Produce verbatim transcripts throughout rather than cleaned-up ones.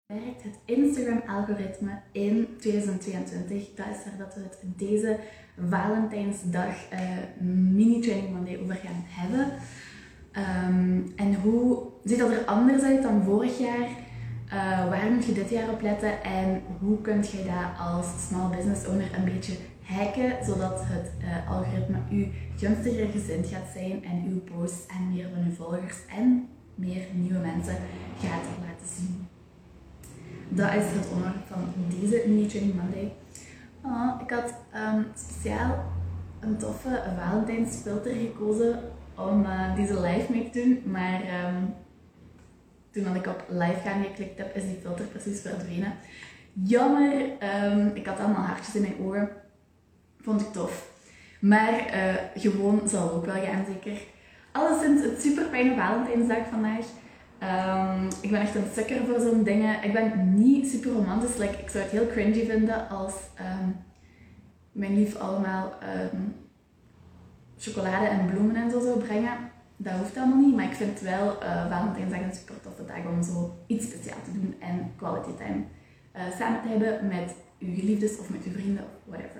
Werkt het Instagram-algoritme in tweeduizend tweeëntwintig? Dat is waar dat we het deze Valentijnsdag uh, Mini Training Monday over gaan hebben. Um, en hoe ziet dat er anders uit dan vorig jaar? Uh, waar moet je dit jaar op letten? En hoe kun je dat als small business owner een beetje hacken, zodat het uh, algoritme u gunstiger gezind gaat zijn en uw posts en meer van uw volgers en meer nieuwe mensen gaat laten zien. Dat is het onderwerp van deze Mini Training Monday. Oh, ik had um, speciaal een toffe Valentijnsfilter gekozen om uh, deze live mee te doen, maar um, toen dat ik op live gaan geklikt heb, is die filter precies verdwenen. Jammer, um, ik had allemaal hartjes in mijn ogen. Vond ik tof. Maar uh, gewoon zal ook wel gaan, zeker. Alleszins, het super fijne Valentijnsdag vandaag. Um, ik ben echt een sukker voor zo'n dingen. Ik ben niet super romantisch. Like, ik zou het heel cringy vinden als um, mijn lief allemaal um, chocolade en bloemen en zo zou brengen. Dat hoeft allemaal niet, maar ik vind wel uh, Valentijnsdag een super toffe dag om zo iets speciaals te doen en quality time uh, samen te hebben met uw geliefdes of met uw vrienden of whatever.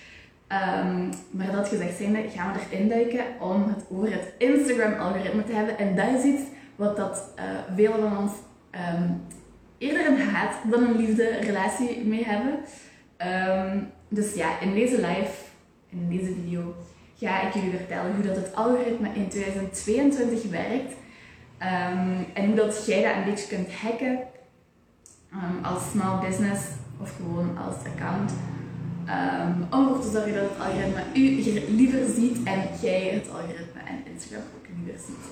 Um, maar dat gezegd zijnde gaan we erin duiken om het over het Instagram-algoritme te hebben. En dat is iets wat dat uh, velen van ons um, eerder een haat dan een liefde relatie mee hebben. Um, dus ja, in deze live, in deze video, ga ik jullie vertellen hoe dat het algoritme in tweeduizend tweeëntwintig werkt. Um, en hoe dat jij dat een beetje kunt hacken um, als small business of gewoon als account. Um, om ervoor te zorgen dat het algoritme u liever ziet en jij het algoritme en Instagram ook liever ziet.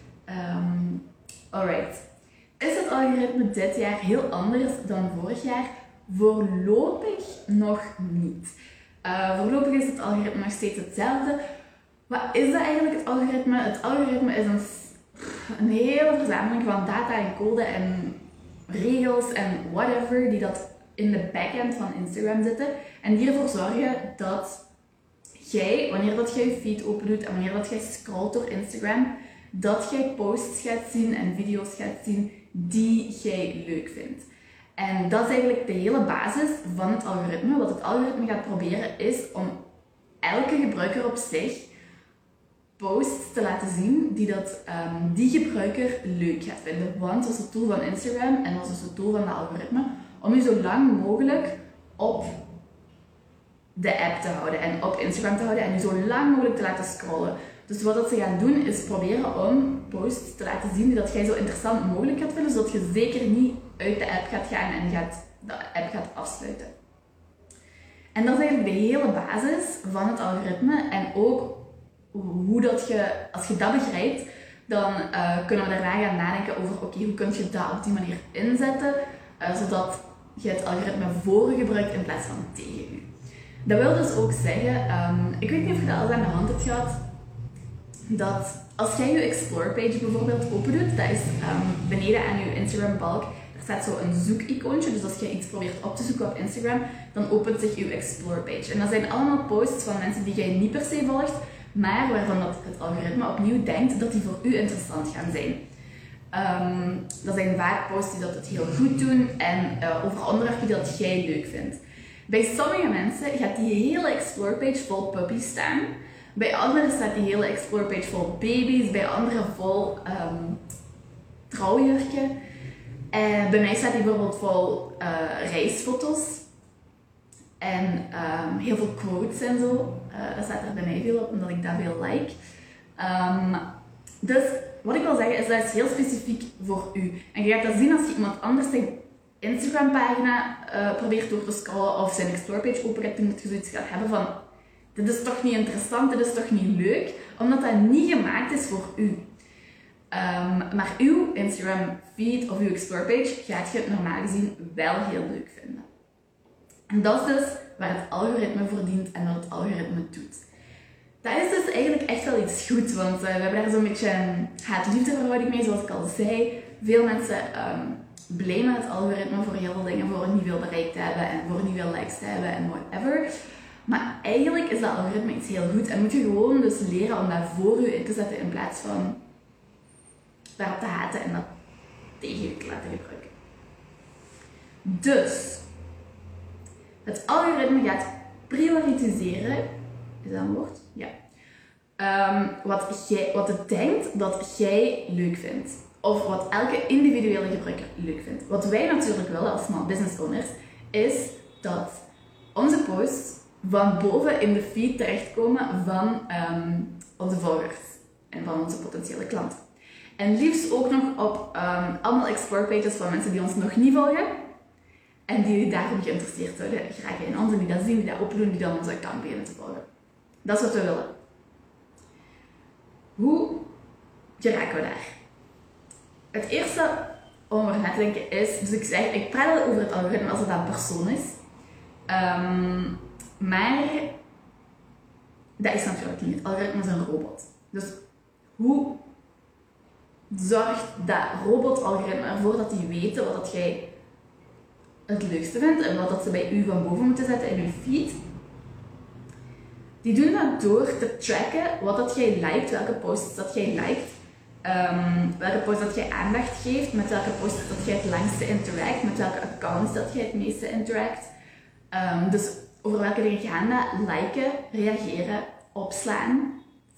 Um, alright. Is het algoritme dit jaar heel anders dan vorig jaar? Voorlopig nog niet. Uh, voorlopig is het algoritme nog steeds hetzelfde. Wat is dat eigenlijk, het algoritme? Het algoritme is een, een hele verzameling van data en code en regels en whatever die dat in de backend van Instagram zitten en die ervoor zorgen dat jij, wanneer dat jij je feed open doet en wanneer dat jij scrolt door Instagram, dat jij posts gaat zien en video's gaat zien die jij leuk vindt. En dat is eigenlijk de hele basis van het algoritme. Wat het algoritme gaat proberen is om elke gebruiker op zich posts te laten zien die dat, um, die gebruiker leuk gaat vinden. Want dat is het doel van Instagram en dat is dus het doel van het algoritme, om je zo lang mogelijk op de app te houden en op Instagram te houden en je zo lang mogelijk te laten scrollen. Dus wat dat ze gaan doen is proberen om posts te laten zien die dat jij zo interessant mogelijk gaat vinden, zodat je zeker niet uit de app gaat gaan en gaat, de app gaat afsluiten. En dat is eigenlijk de hele basis van het algoritme en ook hoe dat je, als je dat begrijpt, dan uh, kunnen we daarna gaan nadenken over oké, okay, hoe kun je dat op die manier inzetten, uh, zodat je het algoritme voor je gebruikt in plaats van tegen je. Dat wil dus ook zeggen, um, ik weet niet of je dat al aan de hand hebt gehad, dat als jij je Explore page bijvoorbeeld open doet, dat is um, beneden aan je Instagram balk, er staat zo een zoekicoontje, dus als je iets probeert op te zoeken op Instagram, dan opent zich je Explore page. En dat zijn allemaal posts van mensen die jij niet per se volgt, maar waarvan dat het algoritme opnieuw denkt dat die voor u interessant gaan zijn. Um, dat zijn vaak posts die dat het heel goed doen en uh, over onderwerpen die dat jij leuk vindt. Bij sommige mensen gaat die hele Explore page vol puppies staan. Bij anderen staat die hele Explore page vol baby's, bij anderen vol um, trouwjurken. En bij mij staat die bijvoorbeeld vol uh, reisfoto's en um, heel veel quotes en zo. Uh, dat staat er bij mij veel op, omdat ik dat veel like. Um, dus wat ik wil zeggen is, dat is heel specifiek voor u. En je gaat dat zien als je iemand anders zijn Instagram pagina uh, probeert door te scrollen of zijn Explore page open gaat doen, dat je zoiets gaat hebben van dit is toch niet interessant, dit is toch niet leuk, omdat dat niet gemaakt is voor u. Um, maar uw Instagram feed of uw Explore page gaat je normaal gezien wel heel leuk vinden. En dat is dus waar het algoritme voor dient en wat het algoritme doet. Dat is dus eigenlijk echt wel iets goed, want uh, we hebben daar zo'n beetje een haat-liefde verhouding mee, zoals ik al zei. Veel mensen um, blamen het algoritme voor heel veel dingen, voor niet veel bereikt te hebben en voor niet veel likes te hebben en whatever. Maar eigenlijk is dat algoritme iets heel goed en moet je gewoon dus leren om dat voor je in te zetten in plaats van daarop te haten en dat tegen je te laten gebruiken. Dus, het algoritme gaat prioritiseren, is dat een woord? Ja. Um, wat, jij, wat het denkt dat jij leuk vindt. Of wat elke individuele gebruiker leuk vindt. Wat wij natuurlijk willen als small business owners, is dat onze posts van boven in de feed terechtkomen van um, onze volgers en van onze potentiële klanten. En liefst ook nog op um, allemaal explore pages van mensen die ons nog niet volgen en die daarom geïnteresseerd zouden geraken in ons en die dat zien, die dat opdoen, die dan onze account beginnen te volgen. Dat is wat we willen. Hoe geraken we daar? Het eerste om over na te denken is, dus ik zeg, ik praat al over het algoritme als het een persoon is. Um, maar dat is natuurlijk niet. Het algoritme is een robot. Dus hoe zorgt dat robot-algoritme ervoor dat die weten wat dat jij het leukste vindt en wat dat ze bij u van boven moeten zetten in uw feed? Die doen dat door te tracken wat dat jij liked, welke posts dat jij liked, um, welke posts dat jij aandacht geeft, met welke posts dat jij het langste interact, met welke accounts dat jij het meeste interact. Um, dus over welke dingen gaan dat? Liken, reageren, opslaan,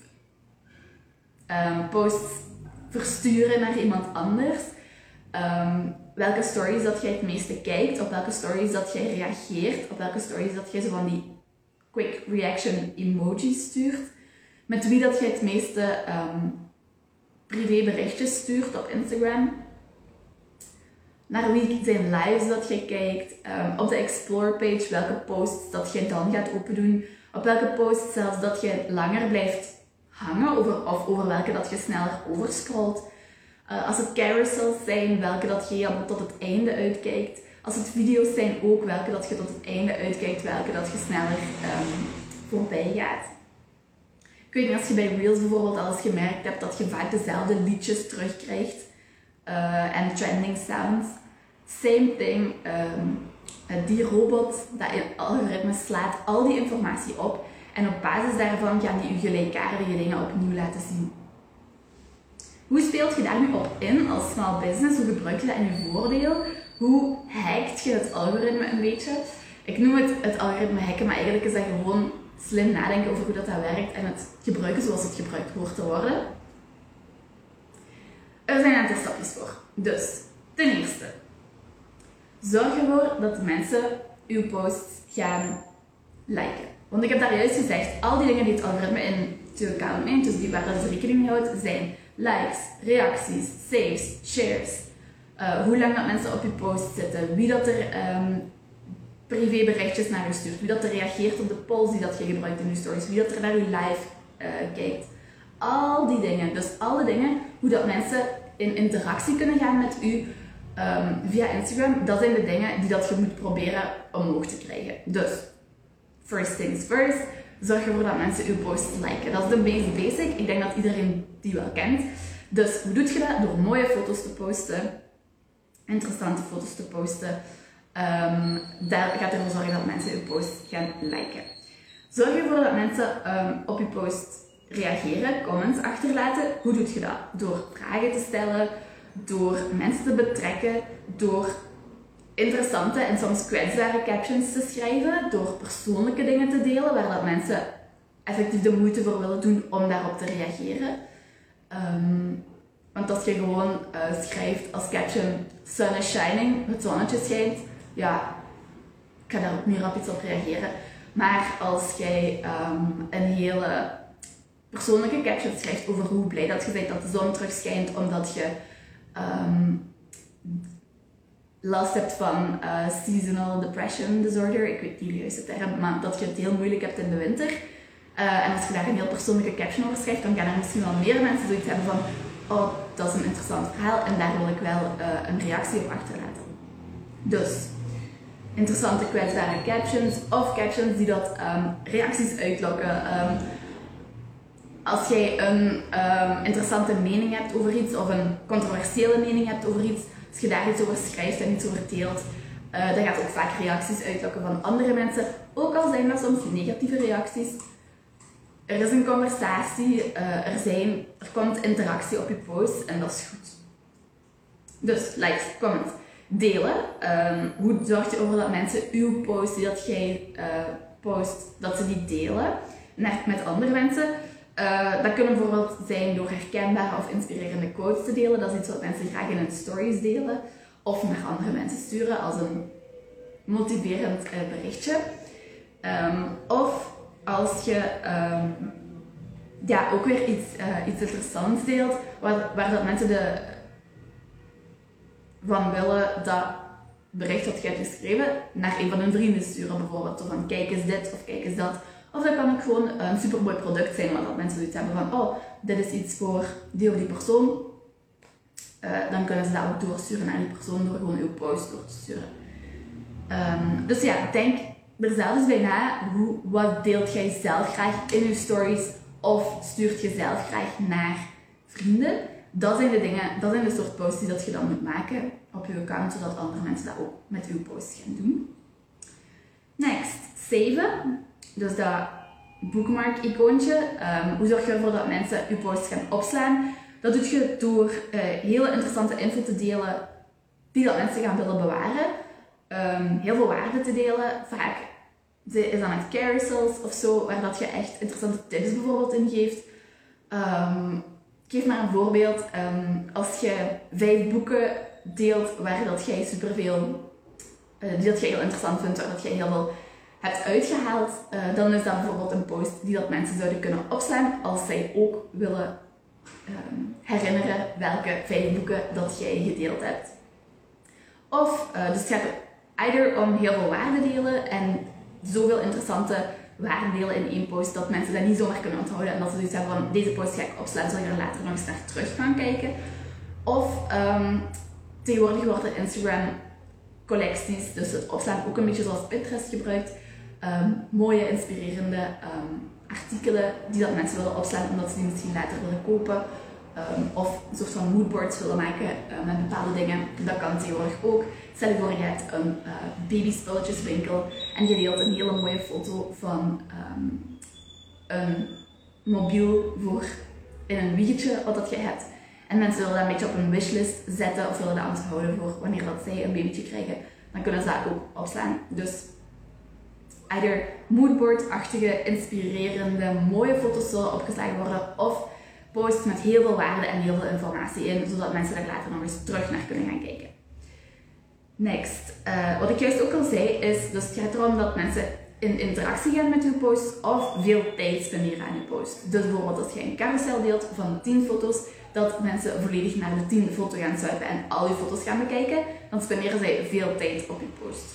um, posts versturen naar iemand anders, um, welke stories dat jij het meeste kijkt, op welke stories dat jij reageert, op welke stories dat jij zo van die quick reaction emojis stuurt, met wie dat jij het meeste um, privéberichtjes stuurt op Instagram, naar wie zijn lives dat jij kijkt, um, op de explore page welke posts dat jij dan gaat opendoen, op welke posts zelfs dat jij langer blijft hangen over, of over welke dat je sneller overscrolt. Uh, als het carousels zijn, welke dat je helemaal tot het einde uitkijkt. Als het video's zijn ook, welke dat je tot het einde uitkijkt, welke dat je sneller um, voorbij gaat. Ik weet niet, als je bij Reels bijvoorbeeld al eens gemerkt hebt dat je vaak dezelfde liedjes terugkrijgt uh, en trending sounds. Same thing, um, die robot, dat algoritme slaat al die informatie op en op basis daarvan gaan die je gelijkaardige dingen opnieuw laten zien. Hoe speelt je daar nu op in als small business? Hoe gebruik je dat in je voordeel? Hoe hackt je het algoritme een beetje? Ik noem het het algoritme hacken, maar eigenlijk is dat gewoon slim nadenken over hoe dat, dat werkt en het gebruiken zoals het gebruikt hoort te worden. Er zijn een aantal stapjes voor. Dus, ten eerste, zorg ervoor dat mensen uw posts gaan liken. Want ik heb daar juist gezegd, al die dingen die het algoritme in je account neemt, dus die waar het rekening mee houdt, zijn likes, reacties, saves, shares. Uh, hoe lang dat mensen op je post zitten, wie dat er um, privéberichtjes naar je stuurt, wie dat er reageert op de polls die dat je gebruikt in je stories, wie dat er naar je live uh, kijkt. Al die dingen, dus alle dingen, hoe dat mensen in interactie kunnen gaan met u um, via Instagram, dat zijn de dingen die dat je moet proberen omhoog te krijgen. Dus, first things first, zorg ervoor dat mensen uw posts liken. Dat is de meest basic, ik denk dat iedereen die wel kent. Dus hoe doe je dat? Door mooie foto's te posten, interessante foto's te posten. Um, daar gaat ervoor zorgen dat mensen uw post gaan liken. Zorg ervoor dat mensen um, op je post reageren, comments achterlaten. Hoe doe je dat? Door vragen te stellen, door mensen te betrekken, door interessante en soms kwetsbare captions te schrijven, door persoonlijke dingen te delen waar dat mensen effectief de moeite voor willen doen om daarop te reageren. Um, want als je gewoon uh, schrijft als caption sun is shining, het zonnetje schijnt, ja, ik ga daar ook niet rap iets op reageren. Maar als jij um, een hele persoonlijke caption schrijft over hoe blij dat je bent dat de zon terug schijnt omdat je um, last hebt van uh, seasonal depression disorder, ik weet niet de juiste term, maar dat je het heel moeilijk hebt in de winter. Uh, en als je daar een heel persoonlijke caption over schrijft, dan gaan er misschien wel meer mensen zoiets hebben van oh, dat is een interessant verhaal en daar wil ik wel uh, een reactie op achterlaten. Dus, interessante kwetsbare captions of captions die dat um, reacties uitlokken. Um, als jij een um, interessante mening hebt over iets of een controversiële mening hebt over iets, als je daar iets over schrijft en iets over deelt, uh, dan gaat ook vaak reacties uitlokken van andere mensen, ook al zijn dat soms negatieve reacties. Er is een conversatie, uh, er, zijn, er komt interactie op je post en dat is goed. Dus likes, comments. Delen. Um, hoe zorg je ervoor dat mensen uw post die dat jij uh, post, dat ze die delen naar, met andere mensen? Uh, dat kunnen bijvoorbeeld zijn door herkenbare of inspirerende quotes te delen. Dat is iets wat mensen graag in hun stories delen. Of naar andere mensen sturen als een motiverend uh, berichtje. Um, of als je um, ja, ook weer iets, uh, iets interessants deelt, waar, waar dat mensen de, van willen dat bericht dat je hebt geschreven naar een van hun vrienden sturen bijvoorbeeld. Of van kijk eens dit of kijk eens dat. Of dat kan ook gewoon een supermooi product zijn, waar dat mensen zoiets hebben van oh, dit is iets voor die of die persoon. Uh, dan kunnen ze dat ook doorsturen naar die persoon door gewoon uw post door te sturen. Um, dus ja, denk er zelf eens bij na, hoe, wat deelt jij zelf graag in je stories of stuurt je zelf graag naar vrienden. Dat zijn de dingen, dat zijn de soort posts die dat je dan moet maken op je account, zodat andere mensen dat ook met uw post gaan doen. Next, saven. Dus dat bookmark-icoontje. Um, hoe zorg je ervoor dat mensen je post gaan opslaan? Dat doe je door uh, hele interessante info te delen die dat mensen gaan willen bewaren. Um, heel veel waarde te delen. Vaak is dat met carousels of zo, waar dat je echt interessante tips bijvoorbeeld in geeft. Um, ik geef maar een voorbeeld. Um, als je vijf boeken deelt waar dat jij superveel, uh, die dat jij heel interessant vindt, waar dat jij heel veel hebt uitgehaald, uh, dan is dat bijvoorbeeld een post die dat mensen zouden kunnen opslaan als zij ook willen um, herinneren welke vijf boeken dat jij gedeeld hebt. Of, uh, dus het gaat either om heel veel waarde delen en zoveel interessante waarden delen in één post dat mensen dat niet zomaar kunnen onthouden en dat ze zoiets hebben van deze post ga ik opslaan, zal je er later nog eens naar terug gaan kijken. Of um, tegenwoordig wordt er Instagram collecties, dus het opslaan ook een beetje zoals Pinterest gebruikt. Um, mooie, inspirerende um, artikelen die dat mensen willen opslaan omdat ze die misschien later willen kopen. Um, of een soort van moodboards willen maken uh, met bepaalde dingen. Dat kan tegenwoordig ook. Stel je voor, je hebt een uh, babyspelletjeswinkel en je deelt een hele mooie foto van um, een mobiel voor in een wiegetje wat dat je hebt. En mensen willen dat een beetje op een wishlist zetten of willen dat onthouden voor wanneer dat zij een babytje krijgen. Dan kunnen ze dat ook opslaan. Dus either moodboard-achtige, inspirerende, mooie foto's zullen opgeslagen worden of posts met heel veel waarde en heel veel informatie in, zodat mensen daar later nog eens terug naar kunnen gaan kijken. Next. Uh, wat ik juist ook al zei is, dus het gaat erom dat mensen in interactie gaan met uw post of veel tijd spenderen aan uw post. Dus bijvoorbeeld als je een carousel deelt van tien foto's, dat mensen volledig naar de tiende foto gaan swipen en al je foto's gaan bekijken, dan spenderen zij veel tijd op je post.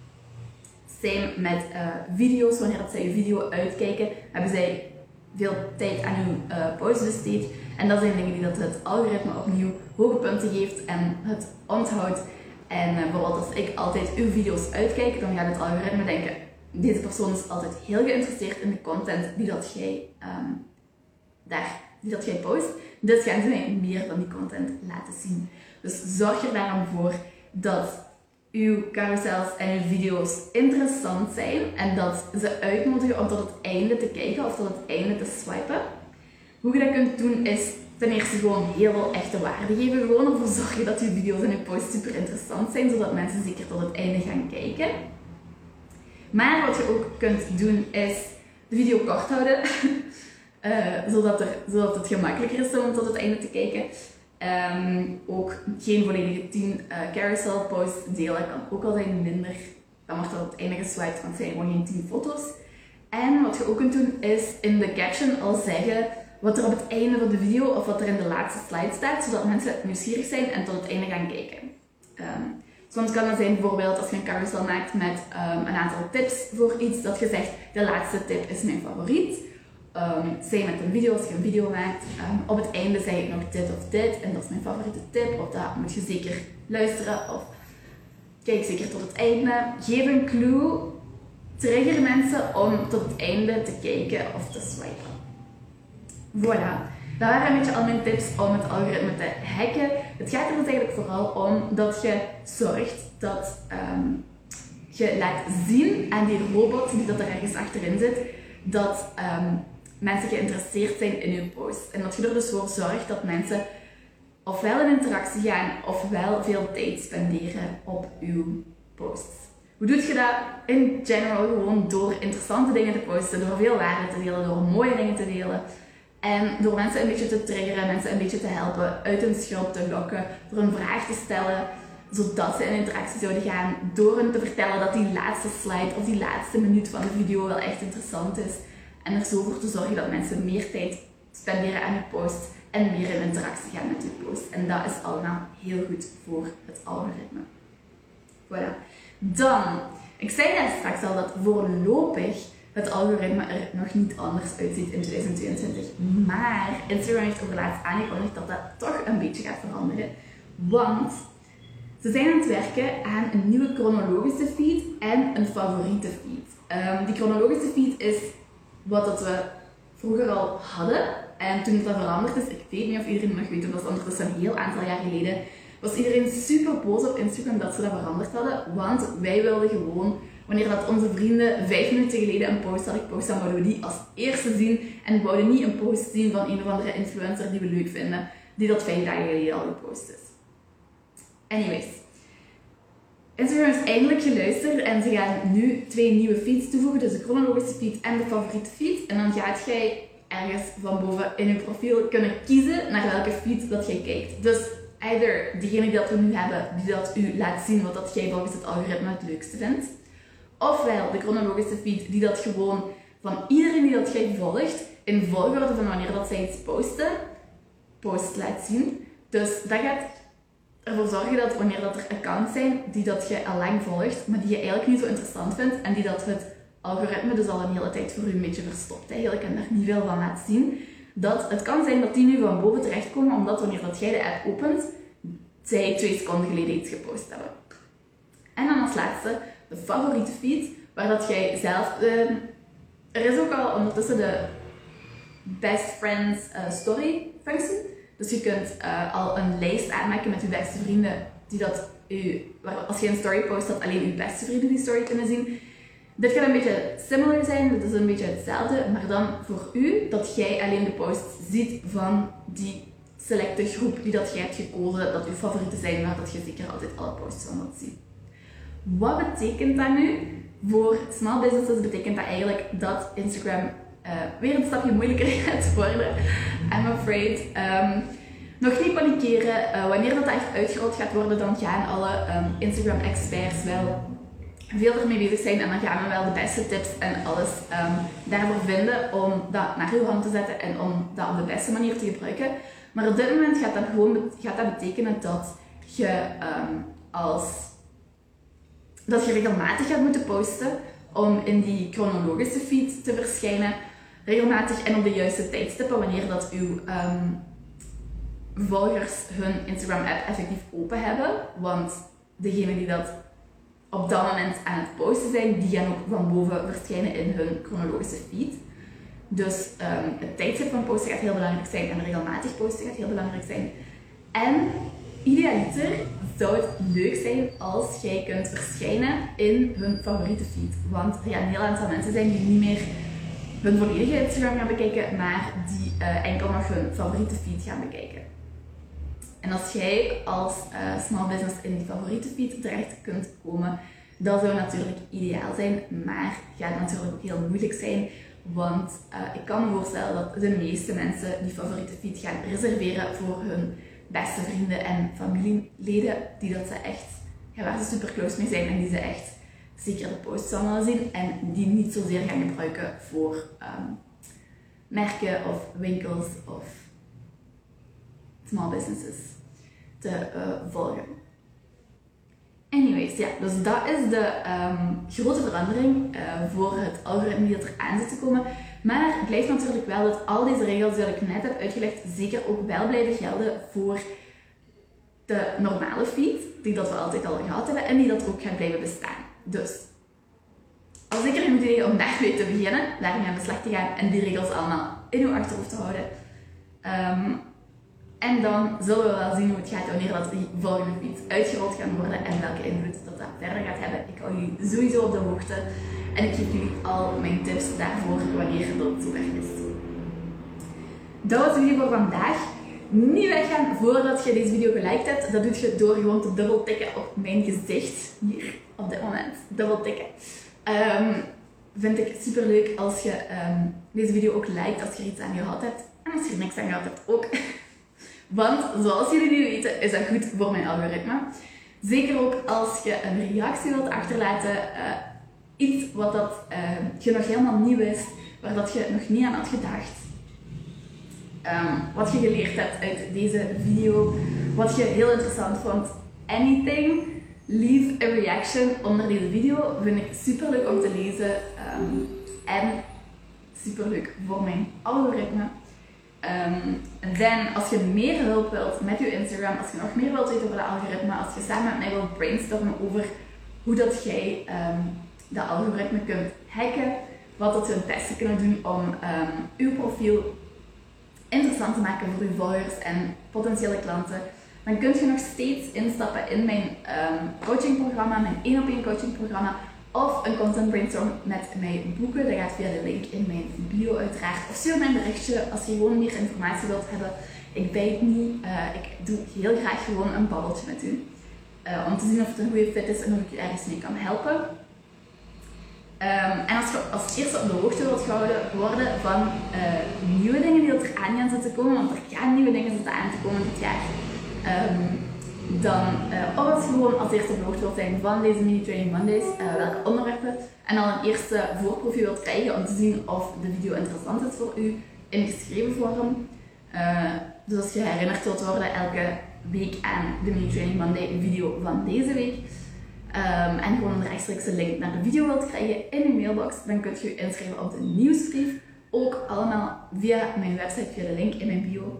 Same met uh, video's, wanneer dat zij je video uitkijken, hebben zij veel tijd aan uw uh, post besteed. En dat zijn dingen die dat het algoritme opnieuw hoge punten geeft en het onthoudt. En uh, bijvoorbeeld als ik altijd uw video's uitkijk, dan gaat het algoritme denken, deze persoon is altijd heel geïnteresseerd in de content die dat jij, um, daar, die dat jij post. Dus gaan ze mij meer van die content laten zien. Dus zorg er daarom voor dat uw carousels en uw video's interessant zijn en dat ze uitnodigen om tot het einde te kijken of tot het einde te swipen. Hoe je dat kunt doen is ten eerste gewoon heel veel echte waarde geven. Gewoon ervoor zorgen dat uw video's en uw posts super interessant zijn, zodat mensen zeker tot het einde gaan kijken. Maar wat je ook kunt doen is de video kort houden, uh, zodat, er, zodat het gemakkelijker is om tot het einde te kijken. Um, ook geen volledige tien uh, carousel posts delen kan ook al zijn minder. Dan wordt dat op het einde geswiped, want het zijn gewoon geen tien foto's. En wat je ook kunt doen is in de caption al zeggen wat er op het einde van de video of wat er in de laatste slide staat, zodat mensen nieuwsgierig zijn en tot het einde gaan kijken. Um, soms kan dat zijn bijvoorbeeld als je een carousel maakt met um, een aantal tips voor iets, dat je zegt de laatste tip is mijn favoriet. Um, zij met een video, als je een video maakt, um, op het einde zeg ik nog dit of dit en dat is mijn favoriete tip, of dat moet je zeker luisteren of kijk zeker tot het einde. Geef een clue, trigger mensen om tot het einde te kijken of te swipen. Voilà, dat waren een beetje al mijn tips om het algoritme te hacken. Het gaat er dus eigenlijk vooral om dat je zorgt dat um, je laat zien aan die robot die dat er ergens achterin zit, dat um, mensen geïnteresseerd zijn in je post. En dat je er dus voor zorgt dat mensen ofwel in interactie gaan, ofwel veel tijd spenderen op uw posts. Hoe doe je dat? In general gewoon door interessante dingen te posten, door veel waarde te delen, door mooie dingen te delen. En door mensen een beetje te triggeren, mensen een beetje te helpen, uit hun schulp te lokken, door een vraag te stellen, zodat ze in interactie zouden gaan, door hen te vertellen dat die laatste slide of die laatste minuut van de video wel echt interessant is. En er zo voor te zorgen dat mensen meer tijd spenderen aan je post en meer in interactie gaan met je post. En dat is allemaal heel goed voor het algoritme. Voilà. Dan, ik zei net straks al dat voorlopig het algoritme er nog niet anders uitziet in tweeduizend tweeëntwintig. Maar Instagram heeft overlaatst aangekondigd dat dat toch een beetje gaat veranderen. Want ze zijn aan het werken aan een nieuwe chronologische feed en een favoriete feed. Um, die chronologische feed is wat dat we vroeger al hadden. En toen dat veranderd is, ik weet niet of iedereen nog weet, dat was ondertussen een heel aantal jaar geleden, was iedereen super boos op Instagram dat ze dat veranderd hadden. Want wij wilden gewoon, wanneer dat onze vrienden vijf minuten geleden een post hadden gepost, dan wouden we die als eerste zien. En we wouden niet een post zien van een of andere influencer die we leuk vinden, die dat vijf dagen geleden al gepost is. Anyways. Instagram is eindelijk geluisterd en ze gaan nu twee nieuwe feeds toevoegen, dus de chronologische feed en de favoriete feed. En dan gaat jij ergens van boven in je profiel kunnen kiezen naar welke feed dat jij kijkt. Dus either degene die dat we nu hebben, die dat u laat zien wat dat jij volgens het algoritme het leukste vindt. Ofwel de chronologische feed die dat gewoon van iedereen die dat jij volgt, in volgorde van wanneer dat zij iets posten, post laat zien. Dus dat gaat ervoor zorgen dat wanneer dat er accounts zijn die dat je al lang volgt, maar die je eigenlijk niet zo interessant vindt en die dat het algoritme dus al een hele tijd voor u een beetje verstopt eigenlijk en daar niet veel van laat zien, dat het kan zijn dat die nu van boven terechtkomen omdat wanneer dat jij de app opent, zij twee seconden geleden iets gepost hebben. En dan als laatste de favoriete feed, waar dat jij zelf... Uh, er is ook al ondertussen de best friends uh, story functie. Dus je kunt uh, al een lijst aanmaken met je beste vrienden, die dat u, als je een story post, dat alleen je beste vrienden die story kunnen zien. Dit gaat een beetje similar zijn, dit is een beetje hetzelfde, maar dan voor u, dat jij alleen de posts ziet van die selecte groep die dat jij hebt gekozen, dat uw favorieten zijn, maar dat je zeker altijd alle posts van wilt zien. Wat betekent dat nu? Voor small businesses betekent dat eigenlijk dat Instagram uh, weer een stapje moeilijker gaat worden. I'm afraid. Um, nog niet panikeren. Uh, wanneer dat echt uitgerold gaat worden, dan gaan alle um, Instagram experts wel veel ermee bezig zijn en dan gaan we wel de beste tips en alles um, daarvoor vinden om dat naar uw hand te zetten en om dat op de beste manier te gebruiken. Maar op dit moment gaat dat gewoon gaat dat betekenen dat je um, als dat je regelmatig gaat moeten posten om in die chronologische feed te verschijnen, regelmatig en op de juiste tijdstippen wanneer dat uw um, volgers hun Instagram app effectief open hebben, want degenen die dat op dat moment aan het posten zijn, die gaan ook van boven verschijnen in hun chronologische feed. Dus um, het tijdstip van posten gaat heel belangrijk zijn en regelmatig posten gaat heel belangrijk zijn. En idealiter zou het leuk zijn als jij kunt verschijnen in hun favoriete feed. Want er gaan een heel aantal mensen zijn die niet meer hun volledige Instagram gaan bekijken, maar die uh, enkel nog hun favoriete feed gaan bekijken. En als jij als uh, small business in die favoriete feed terecht kunt komen, dat zou natuurlijk ideaal zijn, maar gaat natuurlijk ook heel moeilijk zijn. Want uh, ik kan me voorstellen dat de meeste mensen die favoriete feed gaan reserveren voor hun beste vrienden en familieleden, die dat ze echt, ja, waar ze super close mee zijn en die ze echt zeker de posts zal willen zien en die niet zozeer gaan gebruiken voor um, merken of winkels of small businesses te uh, volgen. Anyways, ja, dus dat is de um, grote verandering uh, voor het algoritme die er aan zit te komen. Maar het blijft natuurlijk wel dat al deze regels die ik net heb uitgelegd zeker ook wel blijven gelden voor de normale feed, die dat we altijd al gehad hebben en die dat ook gaat blijven bestaan. Dus, als ik er een goed idee om daarmee te beginnen, daarmee aan de slag te gaan en die regels allemaal in uw achterhoofd te houden. Um, En dan zullen we wel zien hoe het gaat wanneer dat die volgende feeds uitgerold gaan worden en welke invloed dat dat verder gaat hebben. Ik hou jullie sowieso op de hoogte en ik geef jullie al mijn tips daarvoor wanneer dat zover is. Dat was het video voor vandaag. niet weggaan voordat je deze video geliked hebt. Dat doe je door gewoon te dubbeltikken op mijn gezicht. Hier, op dit moment. Dubbeltikken. Um, vind ik super leuk als je um, deze video ook liked als je er iets aan gehad hebt. En als je er niks aan gehad hebt ook. Want zoals jullie nu weten is dat goed voor mijn algoritme. Zeker ook als je een reactie wilt achterlaten. Uh, iets wat dat, uh, je nog helemaal nieuw wist. Waar dat je nog niet aan had gedacht. Um, wat je geleerd hebt uit deze video. Wat je heel interessant vond. Anything. Leave a reaction onder deze video. Vind ik super leuk om te lezen. Um, en super leuk voor mijn algoritme. Um, en dan, als je meer hulp wilt met je Instagram, als je nog meer wilt weten over de algoritme, als je samen met mij wilt brainstormen over hoe dat jij um, de algoritme kunt hacken, wat dat we een testje kunnen doen om um, uw profiel interessant te maken voor uw volgers en potentiële klanten, dan kun je nog steeds instappen in mijn um, coachingprogramma, mijn één op één coachingprogramma, of een content brainstorm met mij boeken. Dat gaat via de link in mijn bio uiteraard. Of stuur mij een berichtje als je gewoon meer informatie wilt hebben. Ik bijt niet. Uh, ik doe heel graag gewoon een babbeltje met u. Uh, om te zien of het een goede fit is en of ik u ergens mee kan helpen. Um, en als je als eerste op de hoogte wilt gehouden worden van uh, nieuwe dingen die er aan gaan zitten komen, want er gaan nieuwe dingen zitten aan te komen dit jaar. Um, Dan, uh, of als je gewoon als eerste op de hoogte wilt zijn van deze Mini Training Mondays, uh, welke onderwerpen, en dan een eerste voorproefje wilt krijgen om te zien of de video interessant is voor u in geschreven vorm. Uh, dus als je herinnerd wilt worden elke week aan de Mini Training Monday video van deze week, um, en gewoon een rechtstreekse link naar de video wilt krijgen in je mailbox, dan kunt je je inschrijven op de nieuwsbrief. Ook allemaal via mijn website, via de link in mijn bio.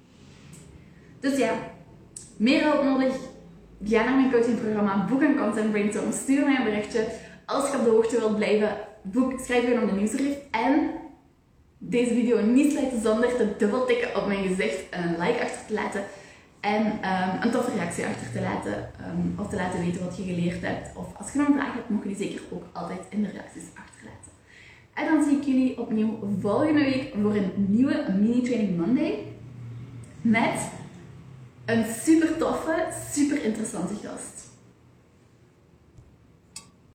Dus ja. Meer hulp nodig? Ga naar mijn coachingprogramma, boek een content brainstorm, stuur mij een berichtje. Als je op de hoogte wilt blijven, boek, schrijf je op de nieuwsbrief. En deze video niet sluiten zonder te dubbeltikken op mijn gezicht en een like achter te laten. En um, een toffe reactie achter te laten. Um, of te laten weten wat je geleerd hebt. Of als je nog een vraag hebt, mag je die zeker ook altijd in de reacties achterlaten. En dan zie ik jullie opnieuw volgende week voor een nieuwe Mini Training Monday. Met een super toffe, super interessante gast.